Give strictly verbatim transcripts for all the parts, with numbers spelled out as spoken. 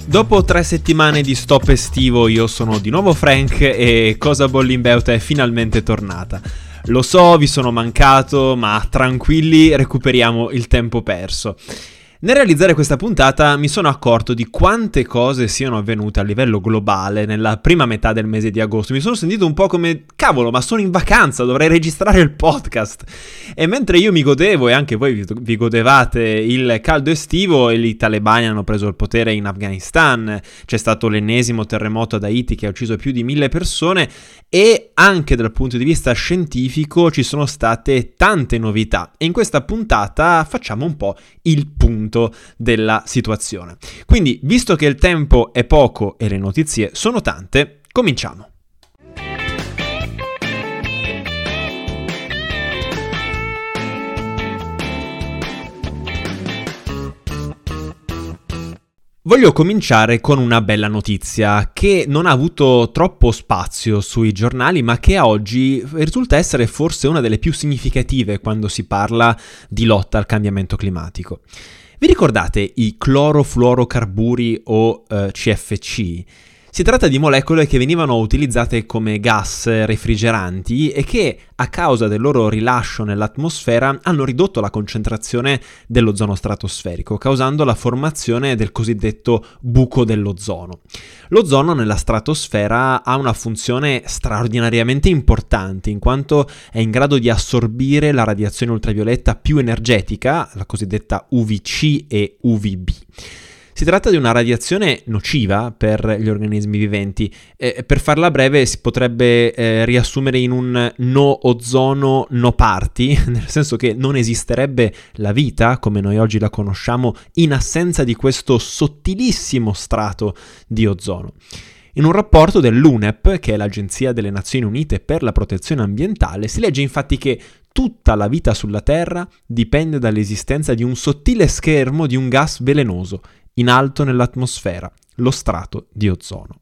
Dopo tre settimane di stop estivo io sono di nuovo Frank e Cosa Bollimbeuta è finalmente tornata. Lo so, vi sono mancato, ma tranquilli, recuperiamo il tempo perso. Nel realizzare questa puntata mi sono accorto di quante cose siano avvenute a livello globale nella prima metà del mese di agosto. Mi sono sentito un po' come, cavolo, ma sono in vacanza, dovrei registrare il podcast. E mentre io mi godevo, e anche voi vi godevate, il caldo estivo, e i talebani hanno preso il potere in Afghanistan, c'è stato l'ennesimo terremoto ad Haiti che ha ucciso più di mille persone, e anche dal punto di vista scientifico ci sono state tante novità. E in questa puntata facciamo un po' il punto della situazione. Quindi, visto che il tempo è poco e le notizie sono tante, cominciamo. Voglio cominciare con una bella notizia che non ha avuto troppo spazio sui giornali, ma che a oggi risulta essere forse una delle più significative quando si parla di lotta al cambiamento climatico. Vi ricordate i clorofluorocarburi o eh, C F C? Si tratta di molecole che venivano utilizzate come gas refrigeranti e che, a causa del loro rilascio nell'atmosfera, hanno ridotto la concentrazione dell'ozono stratosferico, causando la formazione del cosiddetto buco dell'ozono. L'ozono nella stratosfera ha una funzione straordinariamente importante, in quanto è in grado di assorbire la radiazione ultravioletta più energetica, la cosiddetta U V C e U V B. Si tratta di una radiazione nociva per gli organismi viventi. Eh, per farla breve si potrebbe eh, riassumere in un no ozono no party, nel senso che non esisterebbe la vita, come noi oggi la conosciamo, in assenza di questo sottilissimo strato di ozono. In un rapporto dell'U N E P, che è l'Agenzia delle Nazioni Unite per la Protezione Ambientale, si legge infatti che tutta la vita sulla Terra dipende dall'esistenza di un sottile schermo di un gas velenoso in alto nell'atmosfera, lo strato di ozono.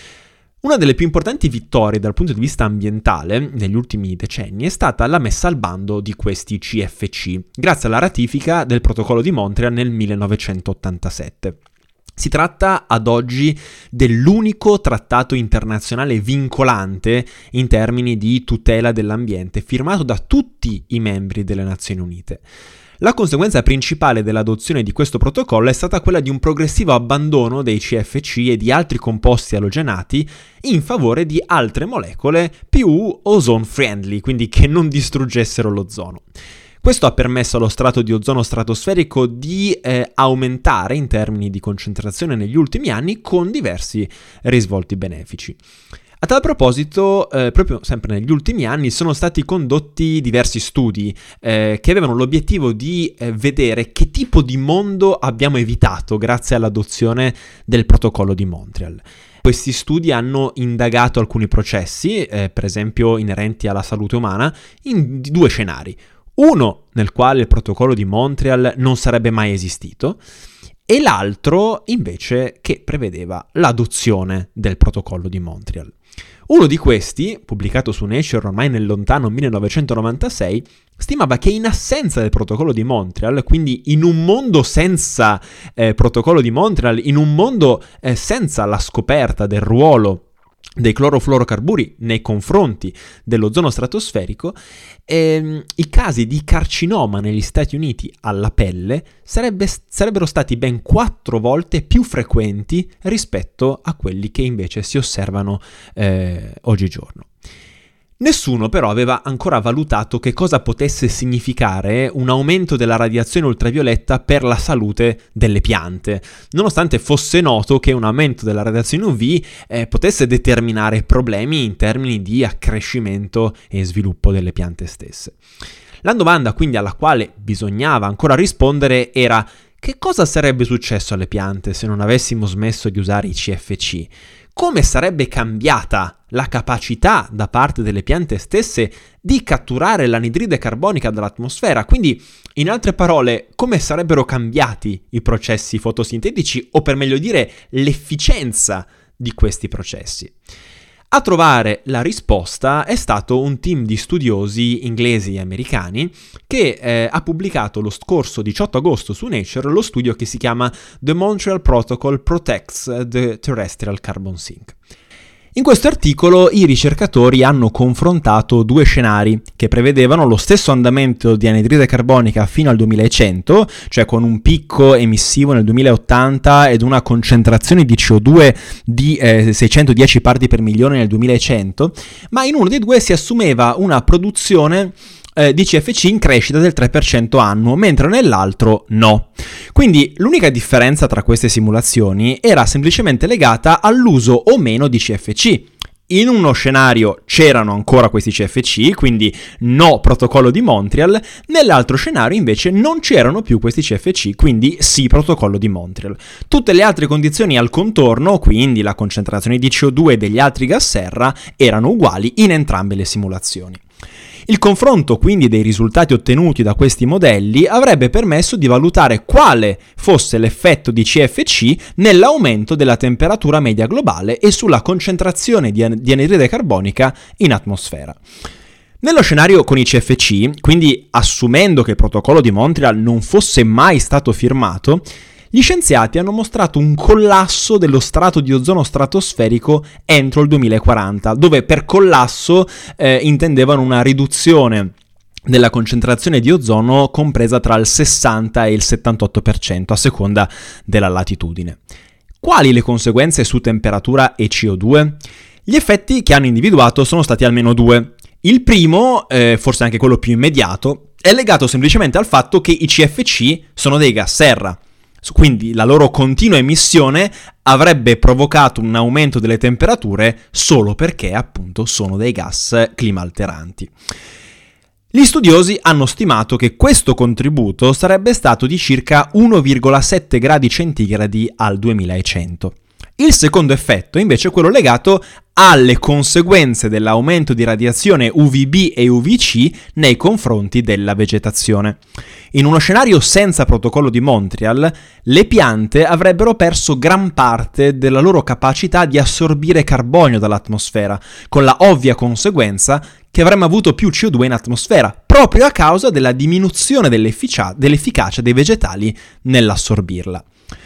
Una delle più importanti vittorie dal punto di vista ambientale negli ultimi decenni è stata la messa al bando di questi C F C, grazie alla ratifica del Protocollo di Montreal nel millenovecentottantasette. Si tratta ad oggi dell'unico trattato internazionale vincolante in termini di tutela dell'ambiente, firmato da tutti i membri delle Nazioni Unite. La conseguenza principale dell'adozione di questo protocollo è stata quella di un progressivo abbandono dei C F C e di altri composti alogenati in favore di altre molecole più ozone friendly, quindi che non distruggessero l'ozono. Questo ha permesso allo strato di ozono stratosferico di eh, aumentare in termini di concentrazione negli ultimi anni, con diversi risvolti benefici. A tal proposito, eh, proprio sempre negli ultimi anni sono stati condotti diversi studi eh, che avevano l'obiettivo di eh, vedere che tipo di mondo abbiamo evitato grazie all'adozione del protocollo di Montreal. Questi studi hanno indagato alcuni processi, eh, per esempio inerenti alla salute umana, in due scenari. Uno nel quale il protocollo di Montreal non sarebbe mai esistito, e l'altro invece che prevedeva l'adozione del protocollo di Montreal. Uno di questi, pubblicato su Nature ormai nel lontano millenovecentonovantasei, stimava che in assenza del protocollo di Montreal, quindi in un mondo senza eh, protocollo di Montreal, in un mondo eh, senza la scoperta del ruolo dei clorofluorocarburi nei confronti dell'ozono stratosferico, ehm, i casi di carcinoma negli Stati Uniti alla pelle sarebbe, sarebbero stati ben quattro volte più frequenti rispetto a quelli che invece si osservano eh, oggigiorno. Nessuno però aveva ancora valutato che cosa potesse significare un aumento della radiazione ultravioletta per la salute delle piante, nonostante fosse noto che un aumento della radiazione U V eh, potesse determinare problemi in termini di accrescimento e sviluppo delle piante stesse. La domanda quindi alla quale bisognava ancora rispondere era: che cosa sarebbe successo alle piante se non avessimo smesso di usare i C F C? Come sarebbe cambiata la capacità da parte delle piante stesse di catturare l'anidride carbonica dall'atmosfera? Quindi, in altre parole, come sarebbero cambiati i processi fotosintetici, o per meglio dire l'efficienza di questi processi? A trovare la risposta è stato un team di studiosi inglesi e americani che eh, ha pubblicato lo scorso diciotto agosto su Nature lo studio che si chiama The Montreal Protocol Protects the Terrestrial Carbon Sink. In questo articolo i ricercatori hanno confrontato due scenari che prevedevano lo stesso andamento di anidride carbonica fino al duemilacento, cioè con un picco emissivo nel duemilaottanta ed una concentrazione di C O due di eh, seicentodieci parti per milione nel duemilacento, ma in uno dei due si assumeva una produzione eh, di C F C in crescita del tre per cento annuo, mentre nell'altro no. Quindi l'unica differenza tra queste simulazioni era semplicemente legata all'uso o meno di C F C. In uno scenario c'erano ancora questi C F C, quindi no protocollo di Montreal, nell'altro scenario invece non c'erano più questi C F C, quindi sì protocollo di Montreal. Tutte le altre condizioni al contorno, quindi la concentrazione di C O due e degli altri gas serra, erano uguali in entrambe le simulazioni. Il confronto quindi dei risultati ottenuti da questi modelli avrebbe permesso di valutare quale fosse l'effetto di C F C nell'aumento della temperatura media globale e sulla concentrazione di, an- di anidride carbonica in atmosfera. Nello scenario con i C F C, quindi assumendo che il protocollo di Montreal non fosse mai stato firmato, gli scienziati hanno mostrato un collasso dello strato di ozono stratosferico entro il duemilaquaranta, dove per collasso eh, intendevano una riduzione della concentrazione di ozono compresa tra il sessanta e il settantotto per cento a seconda della latitudine. Quali le conseguenze su temperatura e C O due? Gli effetti che hanno individuato sono stati almeno due. Il primo, eh, forse anche quello più immediato, è legato semplicemente al fatto che i C F C sono dei gas serra. Quindi la loro continua emissione avrebbe provocato un aumento delle temperature solo perché appunto sono dei gas climalteranti. Gli studiosi hanno stimato che questo contributo sarebbe stato di circa uno virgola sette gradi centigradi al duemilacento. Il secondo effetto invece è quello legato alle conseguenze dell'aumento di radiazione U V B e U V C nei confronti della vegetazione. In uno scenario senza protocollo di Montreal, le piante avrebbero perso gran parte della loro capacità di assorbire carbonio dall'atmosfera, con la ovvia conseguenza che avremmo avuto più C O due in atmosfera, proprio a causa della diminuzione dell'efficia- dell'efficacia dei vegetali nell'assorbirla.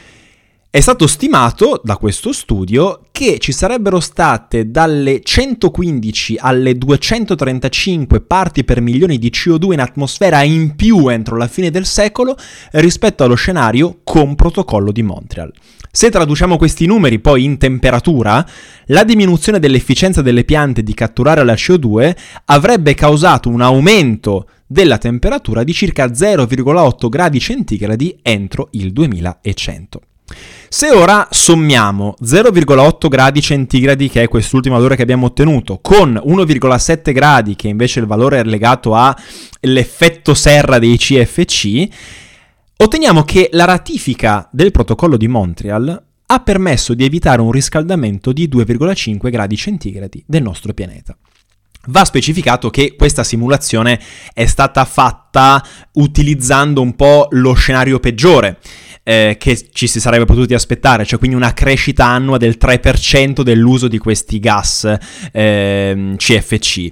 È stato stimato da questo studio che ci sarebbero state dalle centoquindici alle duecentotrentacinque parti per milione di C O due in atmosfera in più entro la fine del secolo rispetto allo scenario con protocollo di Montreal. Se traduciamo questi numeri poi in temperatura, la diminuzione dell'efficienza delle piante di catturare la C O due avrebbe causato un aumento della temperatura di circa zero virgola otto gradi centigradi entro il duemilacento. Se ora sommiamo zero virgola otto gradi centigradi, che è quest'ultimo valore che abbiamo ottenuto, con uno virgola sette gradi, che invece è il valore legato all'effetto serra dei C F C, otteniamo che la ratifica del protocollo di Montreal ha permesso di evitare un riscaldamento di due virgola cinque gradi centigradi del nostro pianeta. Va specificato che questa simulazione è stata fatta utilizzando un po' lo scenario peggiore eh, che ci si sarebbe potuti aspettare, cioè quindi una crescita annua del tre per cento dell'uso di questi gas eh, C F C.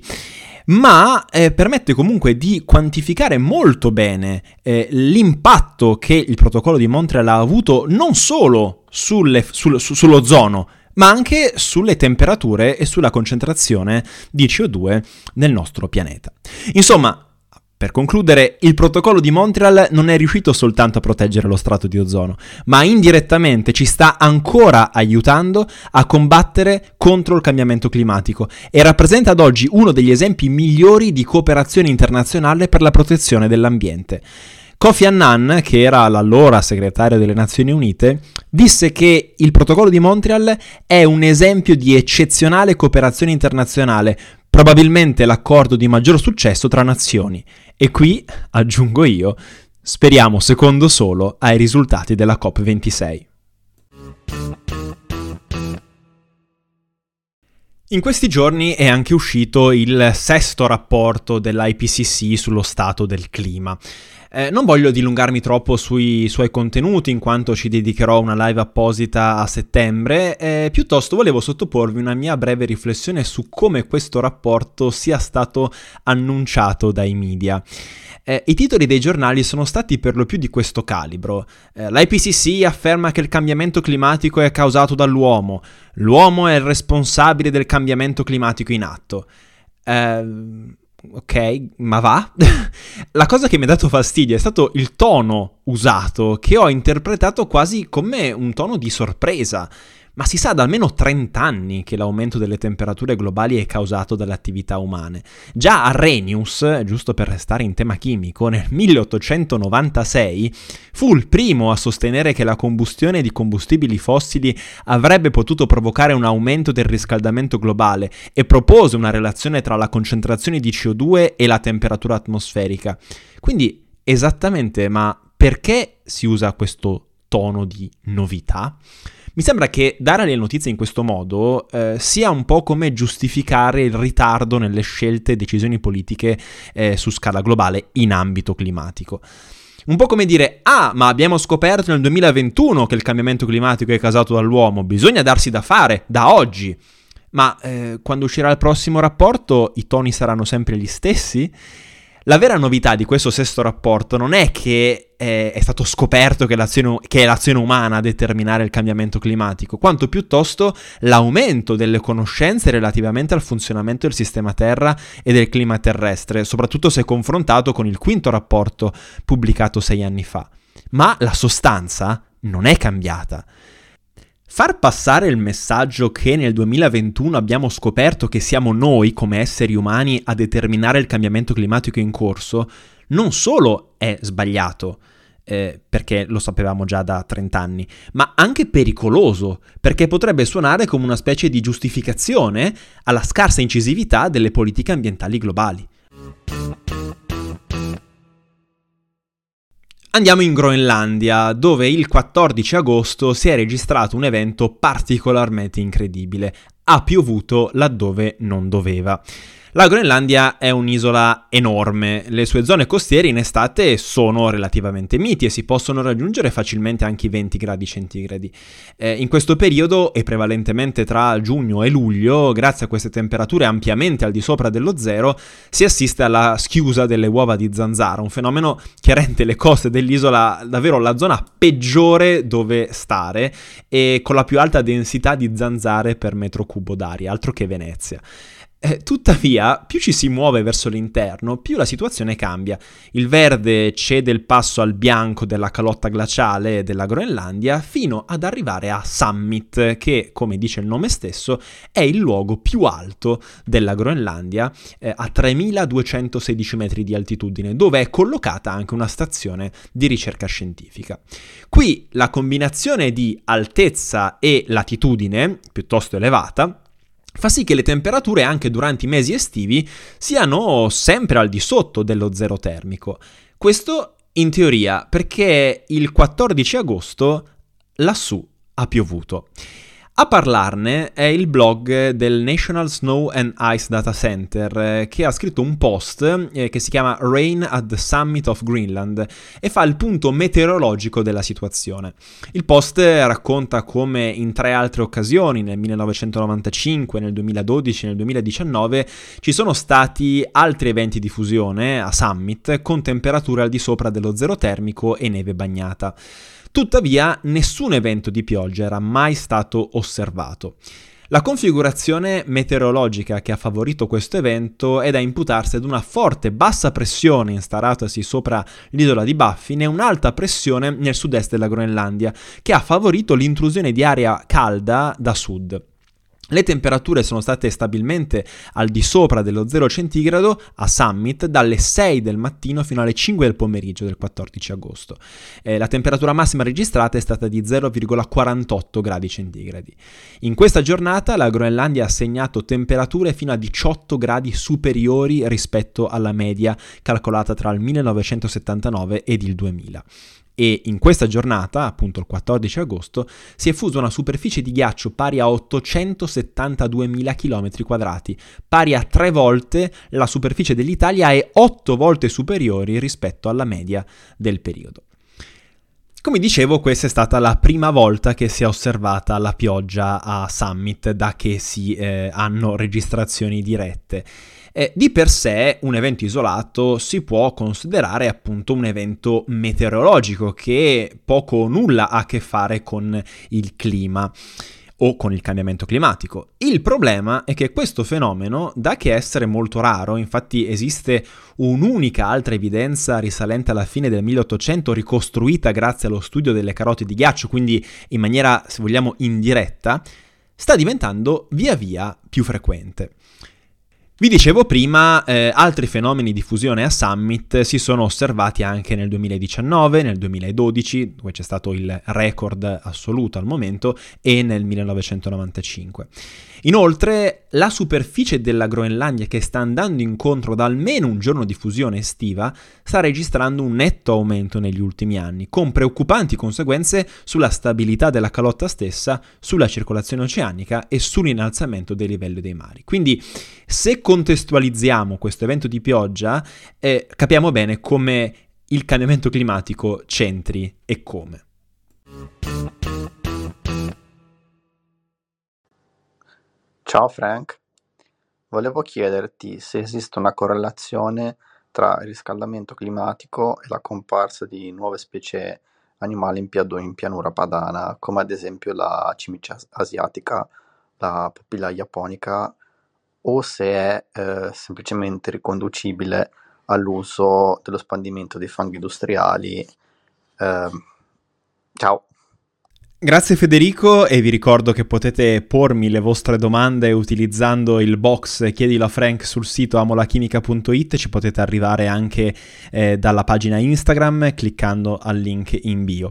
Ma eh, permette comunque di quantificare molto bene eh, l'impatto che il protocollo di Montreal ha avuto non solo sulle, sul, su, sull'ozono, ma anche sulle temperature e sulla concentrazione di C O due nel nostro pianeta. Insomma, per concludere, il protocollo di Montreal non è riuscito soltanto a proteggere lo strato di ozono, ma indirettamente ci sta ancora aiutando a combattere contro il cambiamento climatico e rappresenta ad oggi uno degli esempi migliori di cooperazione internazionale per la protezione dell'ambiente. Kofi Annan, che era l'allora segretario delle Nazioni Unite, disse che il protocollo di Montreal è un esempio di eccezionale cooperazione internazionale, probabilmente l'accordo di maggior successo tra nazioni. E qui, aggiungo io, speriamo secondo solo ai risultati della COP ventisei. In questi giorni è anche uscito il sesto rapporto dell'I P C C sullo stato del clima. Eh, non voglio dilungarmi troppo sui suoi contenuti, in quanto ci dedicherò una live apposita a settembre, eh, piuttosto volevo sottoporvi una mia breve riflessione su come questo rapporto sia stato annunciato dai media. Eh, I titoli dei giornali sono stati per lo più di questo calibro. Eh, L'I P C C afferma che il cambiamento climatico è causato dall'uomo. L'uomo è il responsabile del cambiamento climatico in atto. Eh, ok, ma va? La cosa che mi ha dato fastidio è stato il tono usato, che ho interpretato quasi come un tono di sorpresa. Ma si sa da almeno trenta anni che l'aumento delle temperature globali è causato dalle attività umane. Già Arrhenius, giusto per restare in tema chimico, nel milleottocentonovantasei fu il primo a sostenere che la combustione di combustibili fossili avrebbe potuto provocare un aumento del riscaldamento globale e propose una relazione tra la concentrazione di C O due e la temperatura atmosferica. Quindi, esattamente, ma perché si usa questo tono di novità? Mi sembra che dare le notizie in questo modo eh, sia un po' come giustificare il ritardo nelle scelte e decisioni politiche eh, su scala globale in ambito climatico. Un po' come dire, ah, ma abbiamo scoperto nel duemilaventuno che il cambiamento climatico è causato dall'uomo, bisogna darsi da fare, da oggi. Ma eh, quando uscirà il prossimo rapporto i toni saranno sempre gli stessi? La vera novità di questo sesto rapporto non è che eh, è stato scoperto che, l'azione, che è l'azione umana a determinare il cambiamento climatico, quanto piuttosto l'aumento delle conoscenze relativamente al funzionamento del sistema Terra e del clima terrestre, soprattutto se confrontato con il quinto rapporto pubblicato sei anni fa. Ma la sostanza non è cambiata. Far passare il messaggio che nel duemilaventuno abbiamo scoperto che siamo noi, come esseri umani, a determinare il cambiamento climatico in corso, non solo è sbagliato, eh, perché lo sapevamo già da trenta anni, ma anche pericoloso, perché potrebbe suonare come una specie di giustificazione alla scarsa incisività delle politiche ambientali globali. Andiamo in Groenlandia, dove il quattordici agosto si è registrato un evento particolarmente incredibile. Ha piovuto laddove non doveva. La Groenlandia è un'isola enorme, le sue zone costiere in estate sono relativamente miti e si possono raggiungere facilmente anche i venti gradi centigradi. Eh, in questo periodo, e prevalentemente tra giugno e luglio, grazie a queste temperature ampiamente al di sopra dello zero, si assiste alla schiusa delle uova di zanzara, un fenomeno che rende le coste dell'isola davvero la zona peggiore dove stare e con la più alta densità di zanzare per metro cubo d'aria, altro che Venezia. Eh, tuttavia, più ci si muove verso l'interno, più la situazione cambia. Il verde cede il passo al bianco della calotta glaciale della Groenlandia fino ad arrivare a Summit, che, come dice il nome stesso, è il luogo più alto della Groenlandia, eh, a tremiladuecentosedici metri di altitudine, dove è collocata anche una stazione di ricerca scientifica. Qui la combinazione di altezza e latitudine, piuttosto elevata, fa sì che le temperature anche durante i mesi estivi siano sempre al di sotto dello zero termico. Questo in teoria perché il quattordici agosto lassù ha piovuto. A parlarne è il blog del National Snow and Ice Data Center, che ha scritto un post eh, che si chiama Rain at the Summit of Greenland e fa il punto meteorologico della situazione. Il post racconta come in tre altre occasioni, nel millenovecentonovantacinque, nel duemiladodici e nel duemiladiciannove, ci sono stati altri eventi di fusione a Summit con temperature al di sopra dello zero termico e neve bagnata. Tuttavia, nessun evento di pioggia era mai stato osservato. La configurazione meteorologica che ha favorito questo evento è da imputarsi ad una forte bassa pressione instauratasi sopra l'isola di Baffin e un'alta pressione nel sud-est della Groenlandia, che ha favorito l'intrusione di aria calda da sud. Le temperature sono state stabilmente al di sopra dello zero centigrado a Summit dalle sei del mattino fino alle cinque del pomeriggio del quattordici agosto. Eh, la temperatura massima registrata è stata di zero virgola quarantotto gradi centigradi. In questa giornata la Groenlandia ha segnato temperature fino a diciotto gradi superiori rispetto alla media calcolata tra il millenovecentosettantanove ed il duemila. e in questa giornata, appunto il quattordici agosto, si è fusa una superficie di ghiaccio pari a ottocentosettantaduemila chilometri quadrati, pari a tre volte la superficie dell'Italia e otto volte superiori rispetto alla media del periodo. Come dicevo, questa è stata la prima volta che si è osservata la pioggia a Summit da che si eh, hanno registrazioni dirette. Eh, di per sé un evento isolato si può considerare appunto un evento meteorologico che poco o nulla ha a che fare con il clima o con il cambiamento climatico. Il problema è che questo fenomeno, da che essere molto raro, infatti esiste un'unica altra evidenza risalente alla fine del milleottocento ricostruita grazie allo studio delle carote di ghiaccio, quindi in maniera, se vogliamo, indiretta, sta diventando via via più frequente. Vi dicevo prima, eh, altri fenomeni di fusione a Summit si sono osservati anche nel duemiladiciannove, nel duemiladodici, dove c'è stato il record assoluto al momento, e nel millenovecentonovantacinque. Inoltre, la superficie della Groenlandia, che sta andando incontro da almeno un giorno di fusione estiva, sta registrando un netto aumento negli ultimi anni, con preoccupanti conseguenze sulla stabilità della calotta stessa, sulla circolazione oceanica e sull'innalzamento dei livelli dei mari. Quindi, se contestualizziamo questo evento di pioggia, eh, capiamo bene come il cambiamento climatico c'entri e come. Ciao Frank, volevo chiederti se esiste una correlazione tra il riscaldamento climatico e la comparsa di nuove specie animali in, piado- in pianura padana, come ad esempio la cimice as- asiatica, la pupilla japonica, o se è eh, semplicemente riconducibile all'uso dello spandimento dei fanghi industriali. Ehm, ciao. Grazie Federico, e vi ricordo che potete pormi le vostre domande utilizzando il box Chiedilo a Frank sul sito amolachimica punto it. Ci potete arrivare anche eh, dalla pagina Instagram cliccando al link in bio.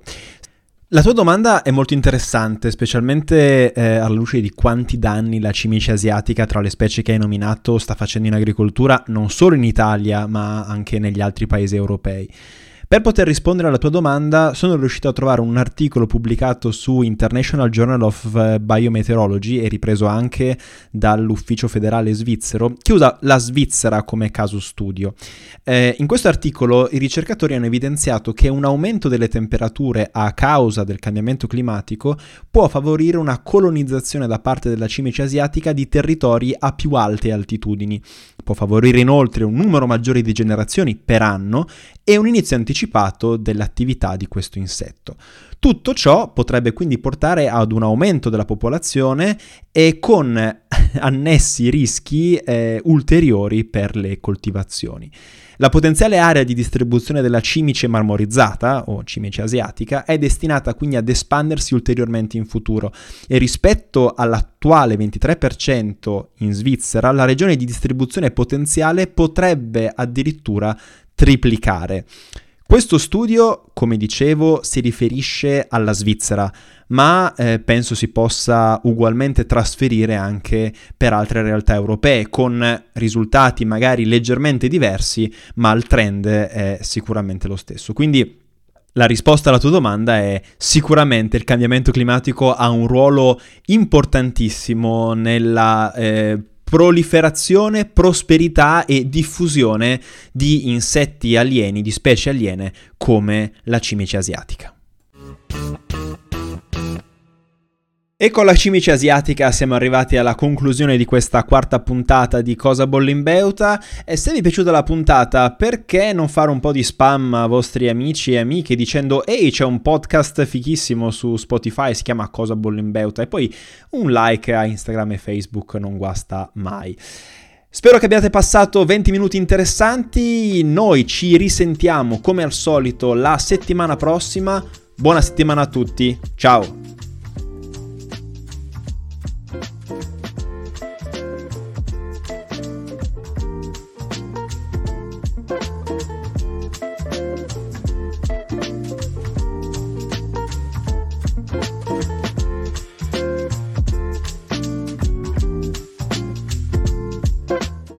La tua domanda è molto interessante, specialmente eh, alla luce di quanti danni la cimice asiatica, tra le specie che hai nominato, sta facendo in agricoltura, non solo in Italia ma anche negli altri paesi europei. Per poter rispondere alla tua domanda sono riuscito a trovare un articolo pubblicato su International Journal of Biometeorology e ripreso anche dall'Ufficio Federale Svizzero, che usa la Svizzera come caso studio. Eh, in questo articolo i ricercatori hanno evidenziato che un aumento delle temperature a causa del cambiamento climatico può favorire una colonizzazione da parte della cimice asiatica di territori a più alte altitudini. Può favorire inoltre un numero maggiore di generazioni per anno e un inizio anticipato dell'attività di questo insetto. Tutto ciò potrebbe quindi portare ad un aumento della popolazione e con annessi rischi eh, ulteriori per le coltivazioni. La potenziale area di distribuzione della cimice marmorizzata, o cimice asiatica, è destinata quindi ad espandersi ulteriormente in futuro e rispetto all'attuale ventitré per cento in Svizzera, la regione di distribuzione potenziale potrebbe addirittura triplicare. Questo studio, come dicevo, si riferisce alla Svizzera, ma eh, penso si possa ugualmente trasferire anche per altre realtà europee, con risultati magari leggermente diversi, ma il trend è sicuramente lo stesso. Quindi la risposta alla tua domanda è sicuramente il cambiamento climatico ha un ruolo importantissimo nella eh, proliferazione, prosperità e diffusione di insetti alieni, di specie aliene come la cimice asiatica. E con la cimice asiatica siamo arrivati alla conclusione di questa quarta puntata di Cosa bolle in Beuta. E se vi è piaciuta la puntata, perché non fare un po' di spam a vostri amici e amiche dicendo ehi, c'è un podcast fighissimo su Spotify, si chiama Cosa bolle in Beuta, e poi un like a Instagram e Facebook non guasta mai. Spero che abbiate passato venti minuti interessanti. Noi ci risentiamo come al solito la settimana prossima. Buona settimana a tutti, ciao!